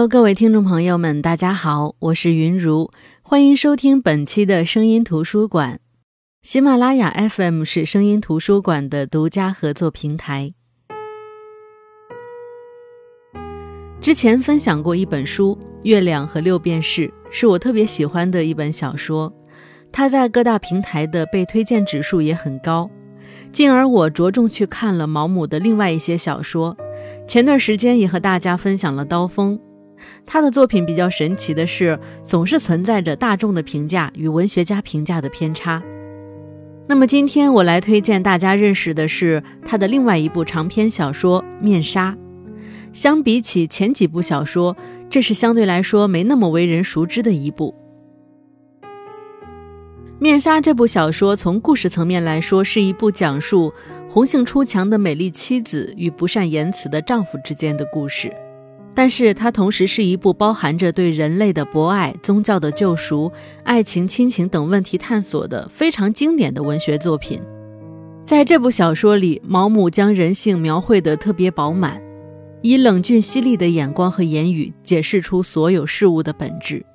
Hello， 各位听众朋友们，大家好，我是云如，欢迎收听本期的声音图书馆。喜马拉雅 FM 是声音图书馆的独家合作平台。之前分享过一本书《月亮和六便士》，是我特别喜欢的一本小说，它在各大平台的被推荐指数也很高，进而我着重去看了毛姆的另外一些小说，前段时间也和大家分享了《刀锋》。他的作品比较神奇的是，总是存在着大众的评价与文学家评价的偏差。那么今天我来推荐大家认识的是他的另外一部长篇小说《面纱》。相比起前几部小说，这是相对来说没那么为人熟知的一部。面纱这部小说从故事层面来说，是一部讲述红杏出墙的美丽妻子与不善言辞的丈夫之间的故事，但是它同时是一部包含着对人类的博爱、宗教的救赎、爱情、亲情等问题探索的非常经典的文学作品。在这部小说里，毛姆将人性描绘得特别饱满，以冷峻犀利的眼光和言语解释出所有事物的本质。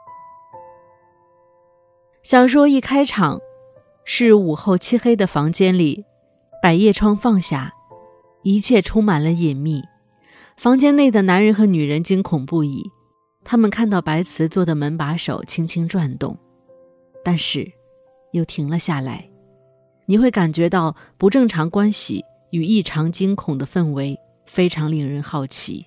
小说一开场是午后漆黑的房间里，百叶窗放下，一切充满了隐秘。房间内的男人和女人惊恐不已，他们看到白瓷做的门把手轻轻转动，但是又停了下来。你会感觉到不正常关系与异常惊恐的氛围非常令人好奇。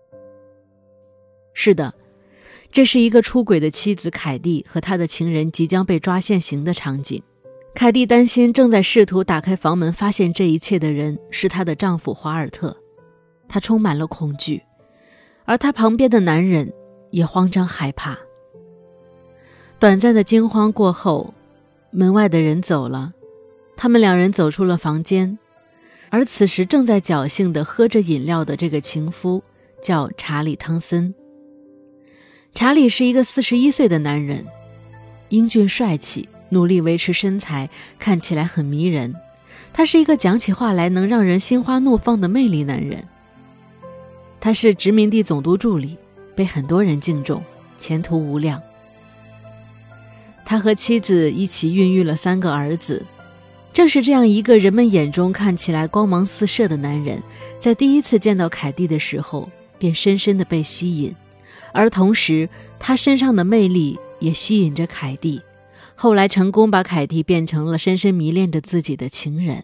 是的，这是一个出轨的妻子凯蒂和她的情人即将被抓现行的场景。凯蒂担心正在试图打开房门发现这一切的人是她的丈夫华尔特，她充满了恐惧，而她旁边的男人也慌张害怕。短暂的惊慌过后，门外的人走了，他们两人走出了房间，而此时正在侥幸地喝着饮料的这个情夫叫查理·汤森。查理是一个41岁的男人，英俊帅气，努力维持身材，看起来很迷人。他是一个讲起话来能让人心花怒放的魅力男人。他是殖民地总督助理，被很多人敬重，前途无量。他和妻子一起孕育了3个儿子。正是这样一个人们眼中看起来光芒四射的男人，在第一次见到凯蒂的时候便深深地被吸引，而同时他身上的魅力也吸引着凯蒂，后来成功把凯蒂变成了深深迷恋着自己的情人。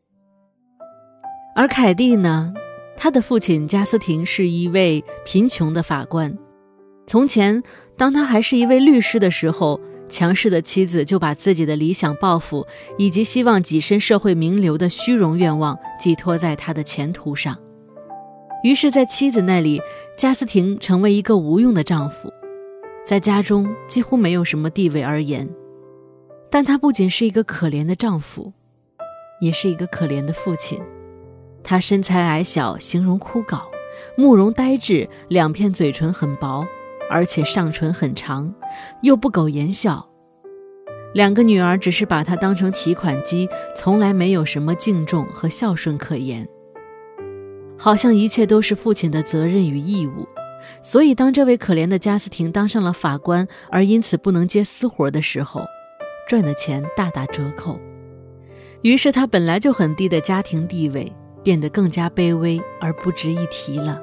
而凯蒂呢，他的父亲加斯廷是一位贫穷的法官。从前当他还是一位律师的时候，强势的妻子就把自己的理想抱负以及希望跻身社会名流的虚荣愿望寄托在他的前途上。于是在妻子那里，加斯廷成为一个无用的丈夫，在家中几乎没有什么地位而言。但他不仅是一个可怜的丈夫，也是一个可怜的父亲。他身材矮小，形容枯槁，目容呆滞，2片嘴唇很薄，而且上唇很长，又不苟言笑。2个女儿只是把他当成提款机，从来没有什么敬重和孝顺可言，好像一切都是父亲的责任与义务。所以当这位可怜的加斯廷当上了法官，而因此不能接私活的时候，赚的钱大打折扣。于是他本来就很低的家庭地位变得更加卑微而不值一提了。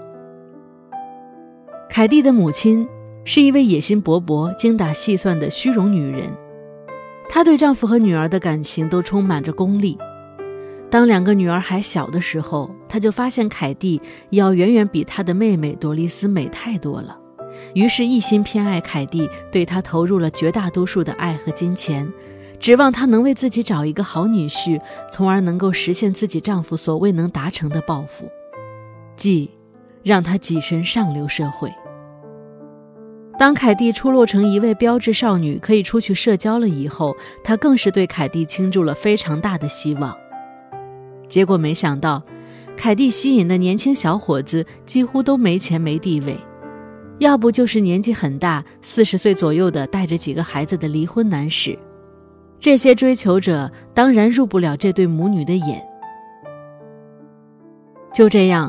凯蒂的母亲是一位野心勃勃、精打细算的虚荣女人，她对丈夫和女儿的感情都充满着功利。当2个女儿还小的时候，她就发现凯蒂要远远比她的妹妹朵丽丝美太多了，于是一心偏爱凯蒂，对她投入了绝大多数的爱和金钱，指望她能为自己找一个好女婿，从而能够实现自己丈夫所未能达成的抱负，即让她跻身上流社会。当凯蒂出落成一位标致少女，可以出去社交了以后，她更是对凯蒂倾注了非常大的希望。结果没想到，凯蒂吸引的年轻小伙子几乎都没钱没地位，要不就是年纪很大，40岁左右的带着几个孩子的离婚男士。这些追求者当然入不了这对母女的眼。就这样，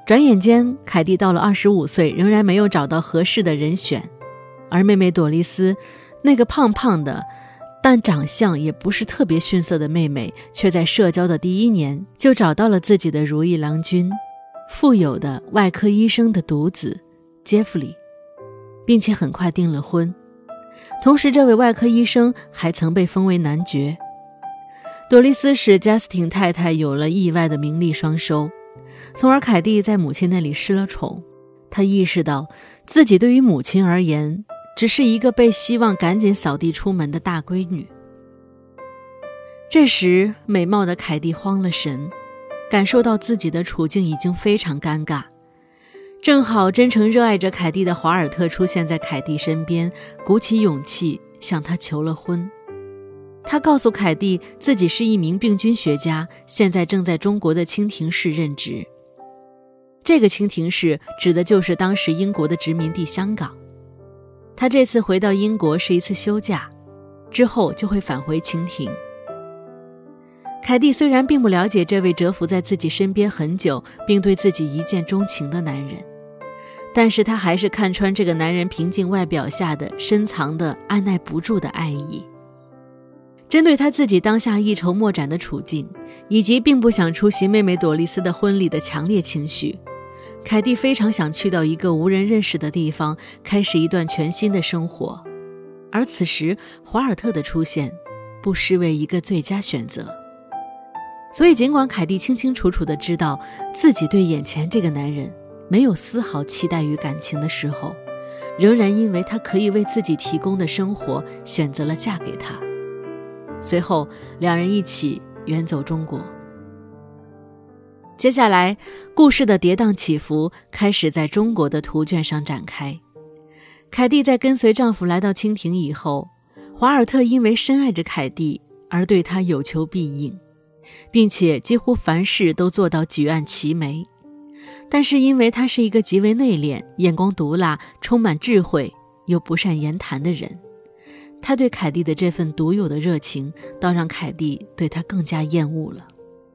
转眼间，凯蒂到了25岁，仍然没有找到合适的人选，而妹妹朵丽丝，那个胖胖的但长相也不是特别逊色的妹妹，却在社交的第1年就找到了自己的如意郎君，富有的外科医生的独子杰弗里，并且很快订了婚。同时这位外科医生还曾被封为男爵。朵丽丝使加斯汀太太有了意外的名利双收，从而凯蒂在母亲那里失了宠。她意识到自己对于母亲而言只是一个被希望赶紧扫地出门的大闺女。这时美貌的凯蒂慌了神，感受到自己的处境已经非常尴尬。正好真诚热爱着凯蒂的华尔特出现在凯蒂身边，鼓起勇气向她求了婚。他告诉凯蒂自己是一名病菌学家，现在正在中国的清廷市任职。这个清廷市指的就是当时英国的殖民地香港。他这次回到英国是一次休假，之后就会返回清廷。凯蒂虽然并不了解这位蛰伏在自己身边很久并对自己一见钟情的男人，但是他还是看穿这个男人平静外表下的深藏的按耐不住的爱意。针对他自己当下一筹莫展的处境，以及并不想出席妹妹朵丽丝的婚礼的强烈情绪，凯蒂非常想去到一个无人认识的地方，开始一段全新的生活。而此时华尔特的出现不失为一个最佳选择。所以尽管凯蒂清清楚楚地知道自己对眼前这个男人没有丝毫期待与感情的时候，仍然因为他可以为自己提供的生活选择了嫁给他。随后两人一起远走中国。接下来故事的跌宕起伏开始在中国的图卷上展开。凯蒂在跟随丈夫来到清廷以后，华尔特因为深爱着凯蒂而对她有求必应，并且几乎凡事都做到举案齐眉。但是因为他是一个极为内敛、眼光毒辣、充满智慧又不善言谈的人，他对凯蒂的这份独有的热情倒让凯蒂对他更加厌恶了。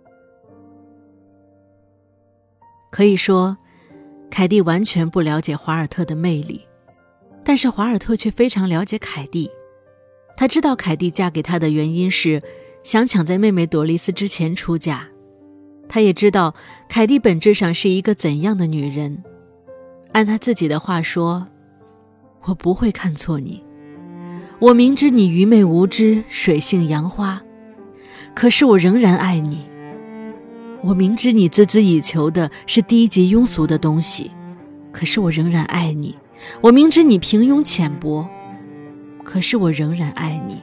可以说凯蒂完全不了解华尔特的魅力，但是华尔特却非常了解凯蒂。他知道凯蒂嫁给他的原因是想抢在妹妹朵丽丝之前出嫁，他也知道凯蒂本质上是一个怎样的女人。按他自己的话说，我不会看错你，我明知你愚昧无知，水性杨花，可是我仍然爱你。我明知你孜孜以求的是低级庸俗的东西，可是我仍然爱你。我明知你平庸浅薄，可是我仍然爱你。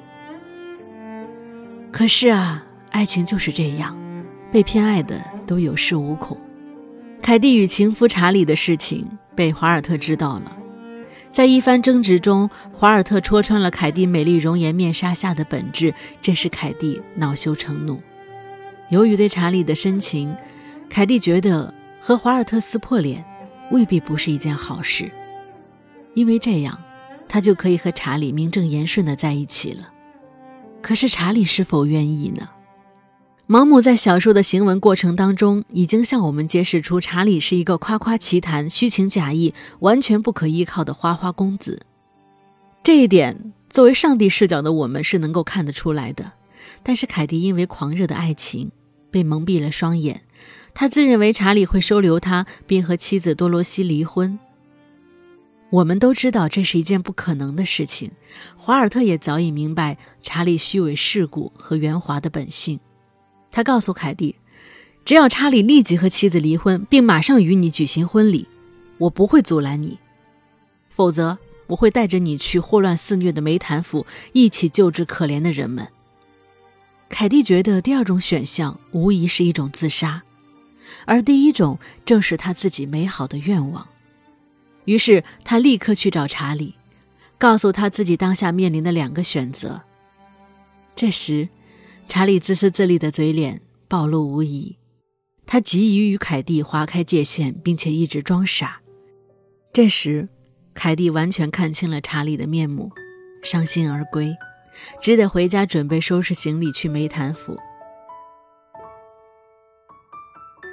可是啊，爱情就是这样，被偏爱的都有恃无恐。凯蒂与情夫查理的事情被华尔特知道了。在一番争执中，华尔特戳穿了凯蒂美丽容颜面纱下的本质，这使凯蒂恼羞成怒。由于对查理的深情，凯蒂觉得和华尔特撕破脸未必不是一件好事，因为这样他就可以和查理名正言顺地在一起了。可是查理是否愿意呢？毛姆在小说的行文过程当中已经向我们揭示出查理是一个夸夸其谈、虚情假意、完全不可依靠的花花公子。这一点作为上帝视角的我们是能够看得出来的。但是凯蒂因为狂热的爱情被蒙蔽了双眼，他自认为查理会收留他，并和妻子多罗西离婚。我们都知道这是一件不可能的事情，华尔特也早已明白查理虚伪世故和圆滑的本性。他告诉凯蒂，只要查理立即和妻子离婚，并马上与你举行婚礼，我不会阻拦你，否则我会带着你去霍乱肆虐的梅坦府，一起救治可怜的人们。凯蒂觉得第二种选项无疑是一种自杀，而第一种正是他自己美好的愿望。于是他立刻去找查理，告诉他自己当下面临的2个选择。这时查理自私自利的嘴脸暴露无遗，他急于与凯蒂划开界限，并且一直装傻。这时凯蒂完全看清了查理的面目，伤心而归，只得回家准备收拾行李去梅坦府。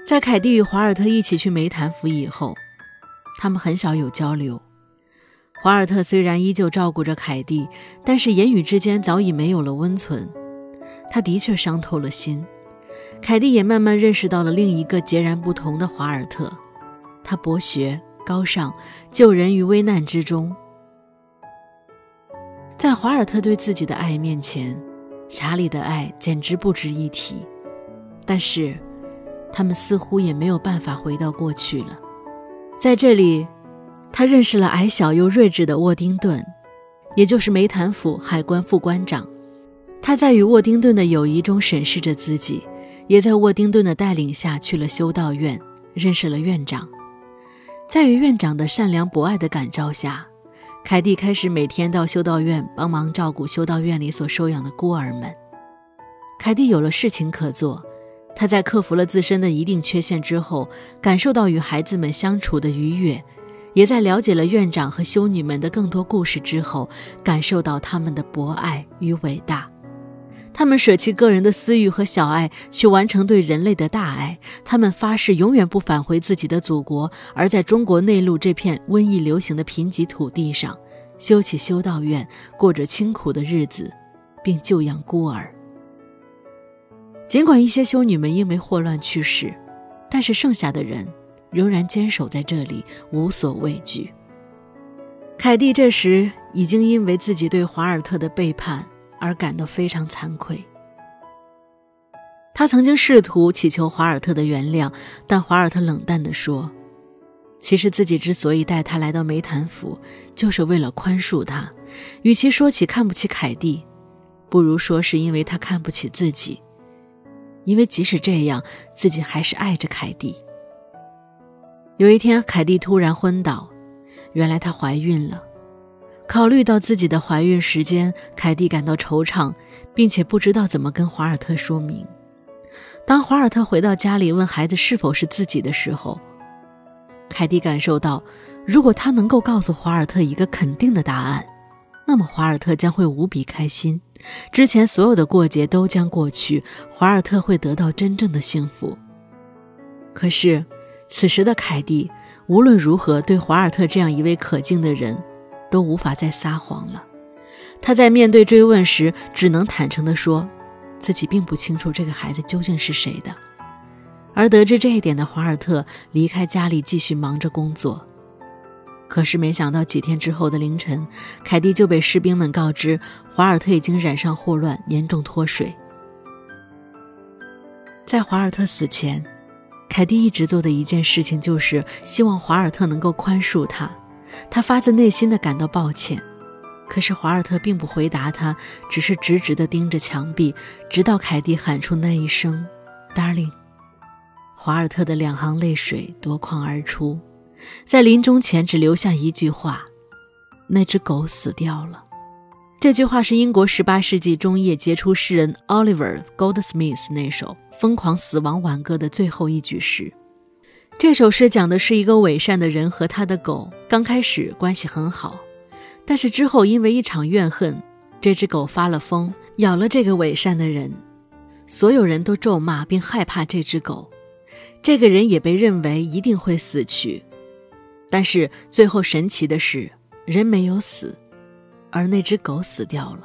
在凯蒂与华尔特一起去梅坦府以后，他们很少有交流。华尔特虽然依旧照顾着凯蒂，但是言语之间早已没有了温存。他的确伤透了心。凯蒂也慢慢认识到了另一个截然不同的华尔特，他博学高尚，救人于危难之中。在华尔特对自己的爱面前，查理的爱简直不值一提。但是他们似乎也没有办法回到过去了。在这里，他认识了矮小又睿智的沃丁顿，也就是梅坦府海关副关长。他在与沃丁顿的友谊中审视着自己，也在沃丁顿的带领下去了修道院，认识了院长。在与院长的善良博爱的感召下，凯蒂开始每天到修道院帮忙照顾修道院里所收养的孤儿们。凯蒂有了事情可做，他在克服了自身的一定缺陷之后，感受到与孩子们相处的愉悦，也在了解了院长和修女们的更多故事之后，感受到他们的博爱与伟大。他们舍弃个人的私欲和小爱，去完成对人类的大爱。他们发誓永远不返回自己的祖国，而在中国内陆这片瘟疫流行的贫瘠土地上，修起修道院，过着清苦的日子，并救养孤儿。尽管一些修女们因为霍乱去世，但是剩下的人仍然坚守在这里，无所畏惧。凯蒂这时已经因为自己对华尔特的背叛而感到非常惭愧。他曾经试图祈求华尔特的原谅，但华尔特冷淡地说，其实自己之所以带他来到梅坦府，就是为了宽恕他。与其说起看不起凯蒂，不如说是因为他看不起自己，因为即使这样，自己还是爱着凯蒂。有一天，凯蒂突然昏倒，原来她怀孕了。考虑到自己的怀孕时间，凯蒂感到惆怅，并且不知道怎么跟华尔特说明。当华尔特回到家里问孩子是否是自己的时候，凯蒂感受到，如果他能够告诉华尔特一个肯定的答案，那么华尔特将会无比开心，之前所有的过节都将过去，华尔特会得到真正的幸福。可是此时的凯蒂无论如何对华尔特这样一位可敬的人都无法再撒谎了。他在面对追问时只能坦诚地说，自己并不清楚这个孩子究竟是谁的。而得知这一点的华尔特离开家里继续忙着工作。可是没想到几天之后的凌晨，凯蒂就被士兵们告知华尔特已经染上霍乱，严重脱水。在华尔特死前，凯蒂一直做的一件事情就是希望华尔特能够宽恕他。他发自内心地感到抱歉，可是华尔特并不回答他，只是直直地盯着墙壁，直到凯蒂喊出那一声 Darling。 华尔特的两行泪水夺眶而出，在临终前只留下一句话，那只狗死掉了。这句话是英国18世纪中叶杰出诗人 Oliver Goldsmith 那首《疯狂死亡挽歌》的最后一句诗。这首诗讲的是一个伪善的人和他的狗刚开始关系很好，但是之后因为一场怨恨，这只狗发了疯，咬了这个伪善的人。所有人都咒骂并害怕这只狗，这个人也被认为一定会死去。但是最后神奇的是，人没有死，而那只狗死掉了。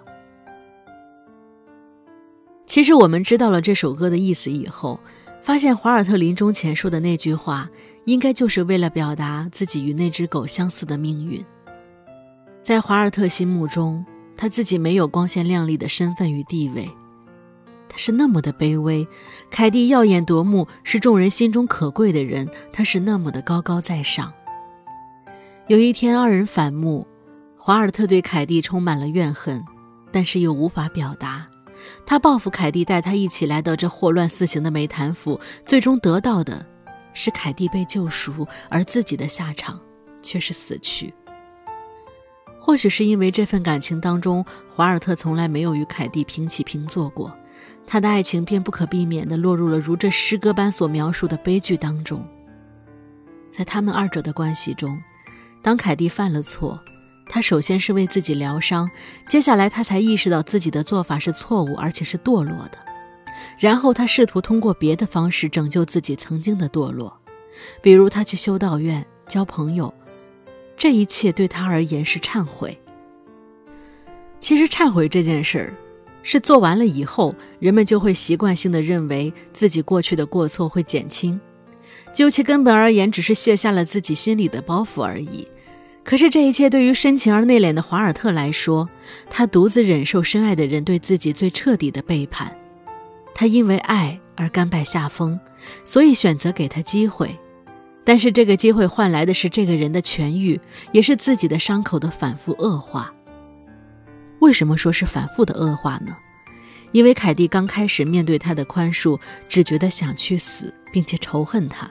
其实我们知道了这首歌的意思以后，发现华尔特临终前说的那句话，应该就是为了表达自己与那只狗相似的命运。在华尔特心目中，他自己没有光鲜亮丽的身份与地位，他是那么的卑微。凯蒂耀眼夺目，是众人心中可贵的人，他是那么的高高在上。有一天二人反目，华尔特对凯蒂充满了怨恨，但是又无法表达。他报复凯蒂带他一起来到这霍乱四行的梅坦府，最终得到的是凯蒂被救赎，而自己的下场却是死去。或许是因为这份感情当中，华尔特从来没有与凯蒂平起平坐过，他的爱情便不可避免地落入了如这诗歌般所描述的悲剧当中。在他们二者的关系中，当凯蒂犯了错，他首先是为自己疗伤，接下来他才意识到自己的做法是错误而且是堕落的。 然后他试图通过别的方式拯救自己曾经的堕落，比如他去修道院交朋友，这一切对他而言是忏悔。其实忏悔这件事儿是做完了以后，人们就会习惯性地认为自己过去的过错会减轻，就其根本而言只是卸下了自己心里的包袱而已。可是这一切对于深情而内敛的华尔特来说，他独自忍受深爱的人对自己最彻底的背叛，他因为爱而甘拜下风，所以选择给他机会，但是这个机会换来的是这个人的痊愈，也是自己的伤口的反复恶化。为什么说是反复的恶化呢？因为凯蒂刚开始面对他的宽恕，只觉得想去死，并且仇恨他。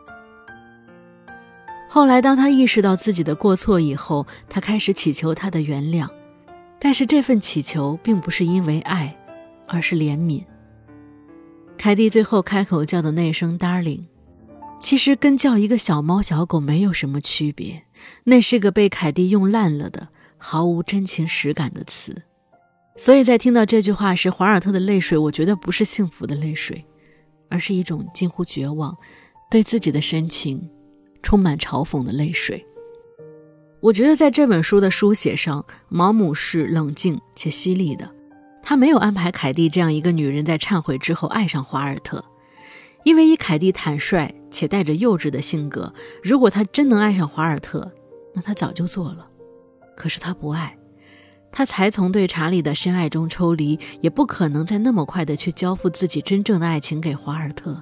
后来当他意识到自己的过错以后，他开始祈求他的原谅，但是这份祈求并不是因为爱，而是怜悯。凯蒂最后开口叫的那声 darling， 其实跟叫一个小猫小狗没有什么区别，那是个被凯蒂用烂了的毫无真情实感的词。所以在听到这句话时，华尔特的泪水我觉得不是幸福的泪水，而是一种近乎绝望，对自己的深情充满嘲讽的泪水。我觉得在这本书的书写上，毛姆是冷静且犀利的，他没有安排凯蒂这样一个女人在忏悔之后爱上华尔特，因为以凯蒂坦率且带着幼稚的性格，如果他真能爱上华尔特，那他早就做了。可是他不爱，他才从对查理的深爱中抽离，也不可能再那么快地去交付自己真正的爱情给华尔特。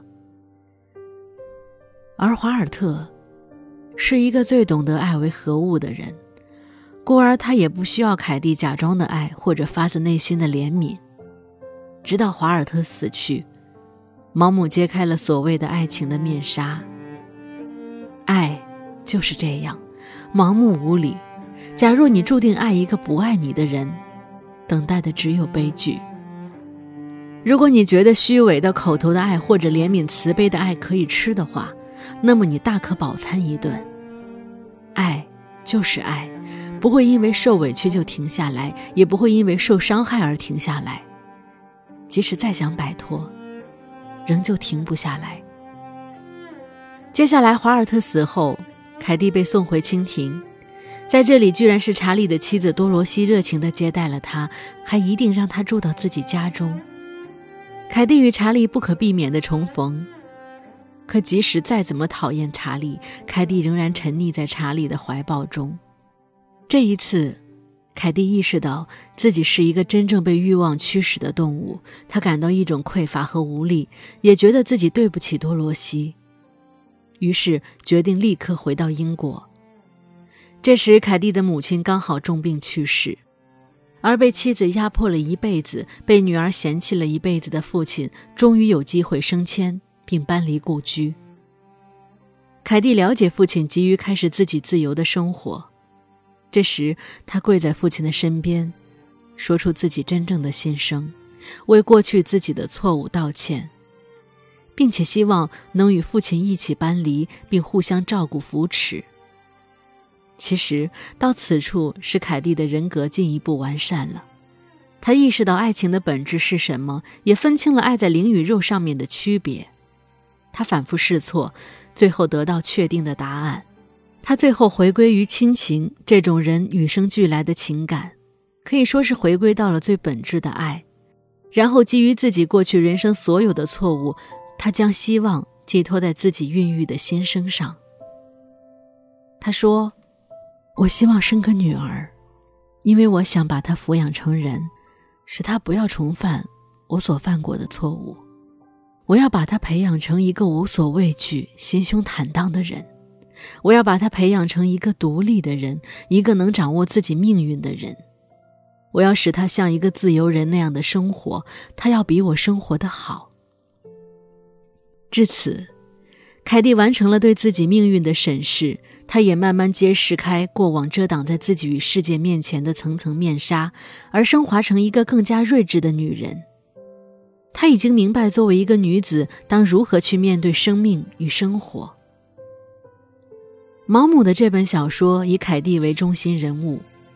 而华尔特是一个最懂得爱为何物的人，故而他也不需要凯蒂假装的爱或者发自内心的怜悯。直到华尔特死去，毛姆揭开了所谓的爱情的面纱。爱就是这样，盲目无理。假若你注定爱一个不爱你的人，等待的只有悲剧。如果你觉得虚伪的口头的爱或者怜悯慈悲的爱可以吃的话，那么你大可饱餐一顿。爱就是爱，不会因为受委屈就停下来，也不会因为受伤害而停下来。即使再想摆脱，仍旧停不下来。接下来华尔特死后，凯蒂被送回清廷，在这里居然是查理的妻子多罗西热情地接待了他，还一定让他住到自己家中。凯蒂与查理不可避免的重逢，可即使再怎么讨厌查理，凯蒂仍然沉溺在查理的怀抱中。这一次，凯蒂意识到自己是一个真正被欲望驱使的动物，她感到一种匮乏和无力，也觉得自己对不起多罗西，于是决定立刻回到英国。这时凯蒂的母亲刚好重病去世，而被妻子压迫了一辈子，被女儿嫌弃了一辈子的父亲终于有机会升迁并搬离故居。凯蒂了解父亲急于开始自己自由的生活，这时他跪在父亲的身边，说出自己真正的心声，为过去自己的错误道歉，并且希望能与父亲一起搬离，并互相照顾扶持。其实到此处是凯蒂的人格进一步完善了，他意识到爱情的本质是什么，也分清了爱在灵与肉上面的区别。他反复试错，最后得到确定的答案。他最后回归于亲情，这种人与生俱来的情感，可以说是回归到了最本质的爱。然后基于自己过去人生所有的错误，他将希望寄托在自己孕育的新生上。他说，我希望生个女儿，因为我想把她抚养成人，使她不要重犯我所犯过的错误。我要把她培养成一个无所畏惧、心胸坦荡的人。我要把她培养成一个独立的人，一个能掌握自己命运的人。我要使她像一个自由人那样的生活，她要比我生活得好。至此，凯蒂完成了对自己命运的审视，她也慢慢揭示开过往遮挡在自己与世界面前的层层面纱，而升华成一个更加睿智的女人。她已经明白作为一个女子当如何去面对生命与生活。毛姆的这本小说以凯蒂为中心人物，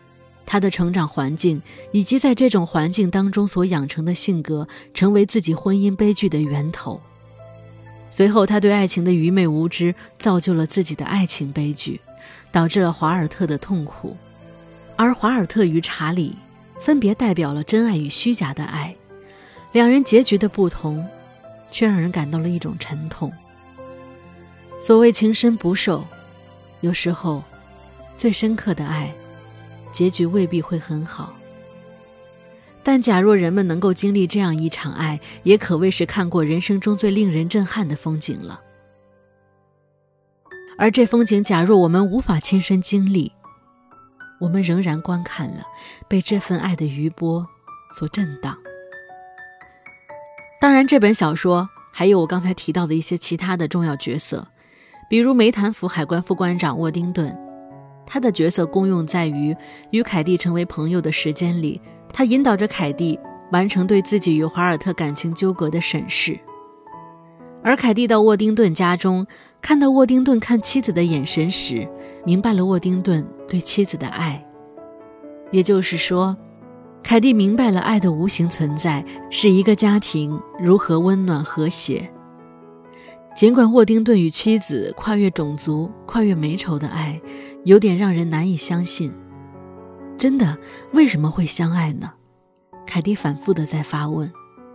他的成长环境以及在这种环境当中所养成的性格，成为自己婚姻悲剧的源头。随后他对爱情的愚昧无知，造就了自己的爱情悲剧，导致了华尔特的痛苦。而华尔特与查理分别代表了真爱与虚假的爱，两人结局的不同，却让人感到了一种沉痛。所谓情深不寿，有时候最深刻的爱结局未必会很好，但假若人们能够经历这样一场爱，也可谓是看过人生中最令人震撼的风景了。而这风景假若我们无法亲身经历，我们仍然观看了，被这份爱的余波所震荡。当然，这本小说还有我刚才提到的一些其他的重要角色，比如梅坦府海关副官长沃丁顿，他的角色功用在于与凯蒂成为朋友的时间里，他引导着凯蒂完成对自己与华尔特感情纠葛的审视。而凯蒂到沃丁顿家中，看到沃丁顿看妻子的眼神时，明白了沃丁顿对妻子的爱。也就是说，凯蒂明白了爱的无形存在，是一个家庭如何温暖和谐。尽管沃丁顿与妻子跨越种族、跨越美丑的爱，有点让人难以相信。真的，为什么会相爱呢？凯蒂反复地在发问。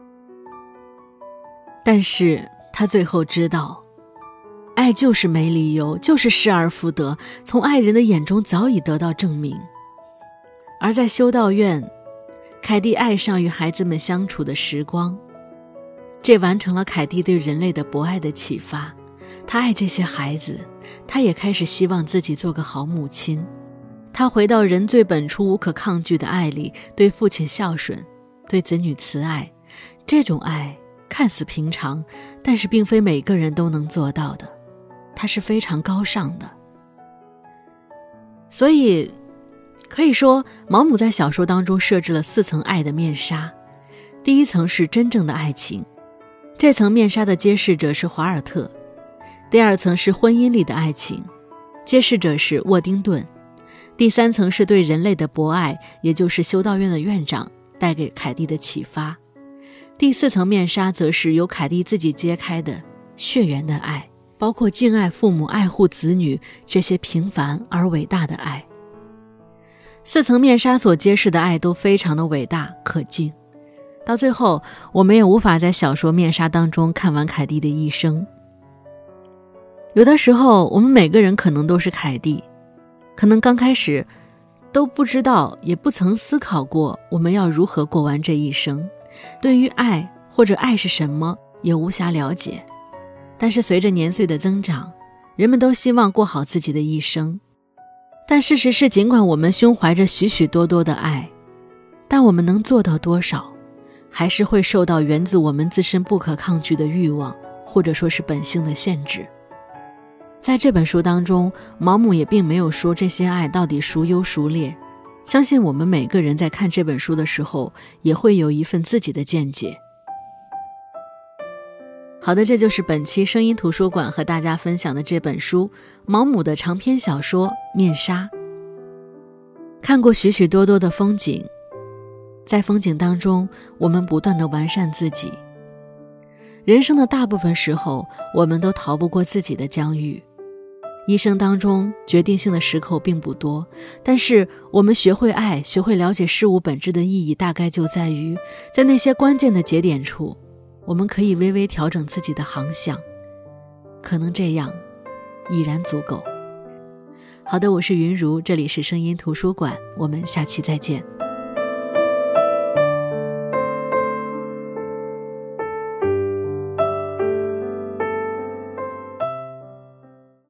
但是他最后知道，爱就是没理由，就是失而复得，从爱人的眼中早已得到证明。而在修道院，凯蒂爱上与孩子们相处的时光，这完成了凯蒂对人类的博爱的启发。她爱这些孩子，她也开始希望自己做个好母亲。她回到人最本初无可抗拒的爱里，对父亲孝顺，对子女慈爱。这种爱看似平常，但是并非每个人都能做到的，它是非常高尚的。所以可以说，毛姆在小说当中设置了4层爱的面纱。第一层是真正的爱情，这层面纱的揭示者是华尔特。第二层是婚姻里的爱情，揭示者是沃丁顿。第三层是对人类的博爱，也就是修道院的院长带给凯蒂的启发。第4层面纱则是由凯蒂自己揭开的血缘的爱，包括敬爱父母、爱护子女这些平凡而伟大的爱。4层面纱所揭示的爱都非常的伟大可敬，到最后我们也无法在小说面纱当中看完凯蒂的一生。有的时候我们每个人可能都是凯蒂，可能刚开始都不知道，也不曾思考过我们要如何过完这一生，对于爱或者爱是什么也无暇了解。但是随着年岁的增长，人们都希望过好自己的一生。但事实是，尽管我们胸怀着许许多多的爱，但我们能做到多少，还是会受到源自我们自身不可抗拒的欲望，或者说是本性的限制。在这本书当中，毛姆也并没有说这些爱到底孰优孰劣，相信我们每个人在看这本书的时候，也会有一份自己的见解。好的，这就是本期声音图书馆和大家分享的这本书，毛姆的长篇小说《面纱》。看过许许多多的风景，在风景当中，我们不断地完善自己。人生的大部分时候，我们都逃不过自己的疆域。一生当中决定性的时刻并不多，但是我们学会爱，学会了解事物本质的意义，大概就在于在那些关键的节点处，我们可以微微调整自己的航向，可能这样已然足够。好的，我是云如，这里是声音图书馆，我们下期再见。